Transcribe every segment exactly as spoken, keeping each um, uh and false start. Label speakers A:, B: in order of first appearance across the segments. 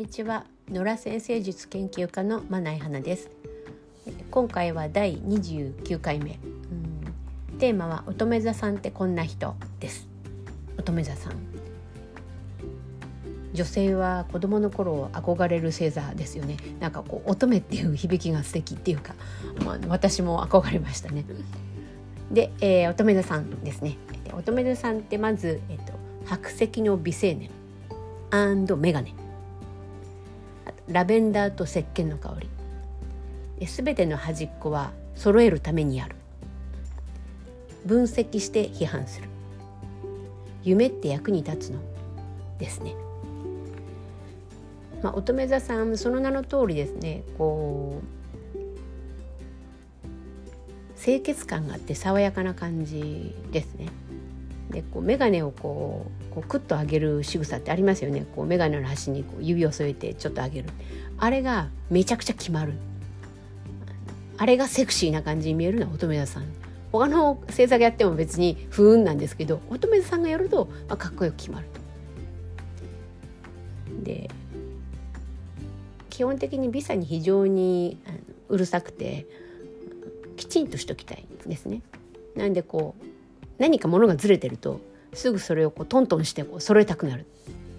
A: ちは。野良先生術研究家のまないはなです。今回はだいにじゅうきゅうかいめ、うん、テーマは乙女座さんってこんな人です。乙女座さん、女性は子供の頃憧れる星座ですよね。なんかこう乙女っていう響きが素敵っていうか、まあ、私も憧れましたね。で、えー、乙女座さんですね。乙女座さんってまず、えっと、白石の美青年&メガネ、ラベンダーと石鹸の香り、すべての端っこは揃えるためにある、分析して批判する、夢って役に立つのですね。まあ、乙女座さん、その名の通りですね、こう清潔感があって爽やかな感じですね。でこう眼鏡をこう、こうクッと上げる仕草ってありますよね。こう眼鏡の端にこう指を添えてちょっと上げる、あれがめちゃくちゃ決まる、あれがセクシーな感じに見えるのは乙女座さん。他の星座がやっても別に不運なんですけど、乙女座さんがやると、まあ、かっこよく決まると。で基本的に美さに非常にあのうるさくて、きちんとしときたいんですね。なんでこう何か物がずれてるとすぐそれをこうトントンしてこう揃えたくなる。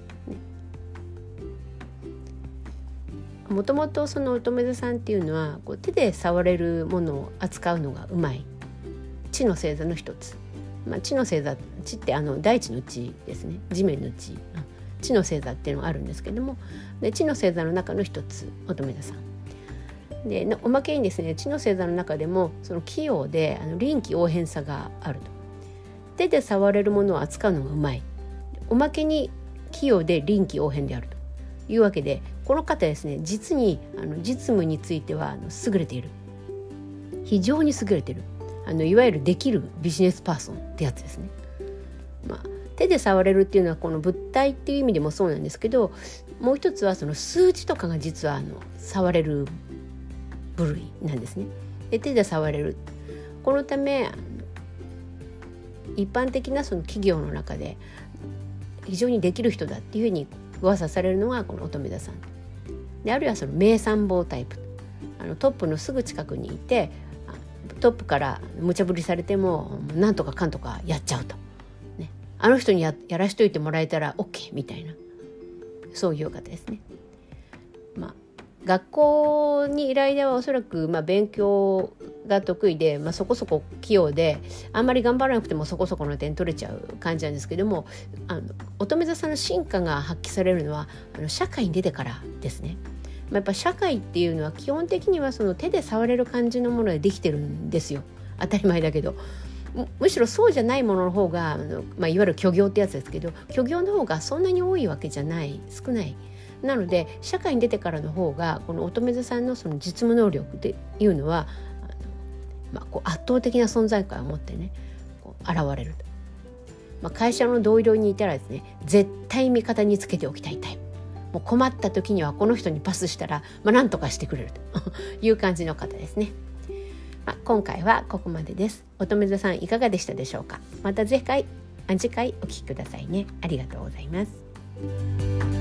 A: もともとその乙女座さんっていうのはこう手で触れるものを扱うのがうまい地の星座の一つ。まあ、地の星座、地ってあの大地の地ですね。地面の地、地の星座っていうのがあるんですけども、で地の星座の中の一つ乙女座さんで、おまけにですね、地の星座の中でもその器用であの臨機応変さがあると。手で触れるものを扱うのがうまい、おまけに器用で臨機応変であるというわけで、この方ですね、実にあの実務についてはあの優れている、非常に優れている、あのいわゆるできるビジネスパーソンってやつですね。まあ、手で触れるっていうのはこの物体っていう意味でもそうなんですけど、もう一つはその数字とかが実はあの触れる部類なんですね。で手で触れる、このため一般的なその企業の中で非常にできる人だっていうふうに噂されるのがこの乙女座さんで、あるいはその名参謀タイプ、あのトップのすぐ近くにいて、トップから無茶ぶりされてもなんとかかんとかやっちゃうと、ね、あの人に や, やらしといてもらえたら OK みたいな、そういう方ですね。まあ学校にいる間はおそらくまあ勉強が得意で、まあ、そこそこ器用で、あんまり頑張らなくてもそこそこの点取れちゃう感じなんですけども、あの乙女座さんの真価が発揮されるのはあの社会に出てからですね。まあ、やっぱ社会っていうのは基本的にはその手で触れる感じのものでできてるんですよ。当たり前だけど、む, むしろそうじゃないものの方があの、まあ、いわゆる虚業ってやつですけど、虚業の方がそんなに多いわけじゃない、少ない。なので社会に出てからの方がこの乙女座さんのその実務能力っていうのはあの、まあ、こう圧倒的な存在感を持ってね、こう現れると。まあ、会社の同僚にいたらですね、絶対味方につけておきたいタイプ。もう困った時にはこの人にパスしたら、まあ、何とかしてくれるという感じの方ですね。まあ、今回はここまでです。乙女座さんいかがでしたでしょうか。また次回、次回お聞きくださいね。ありがとうございます。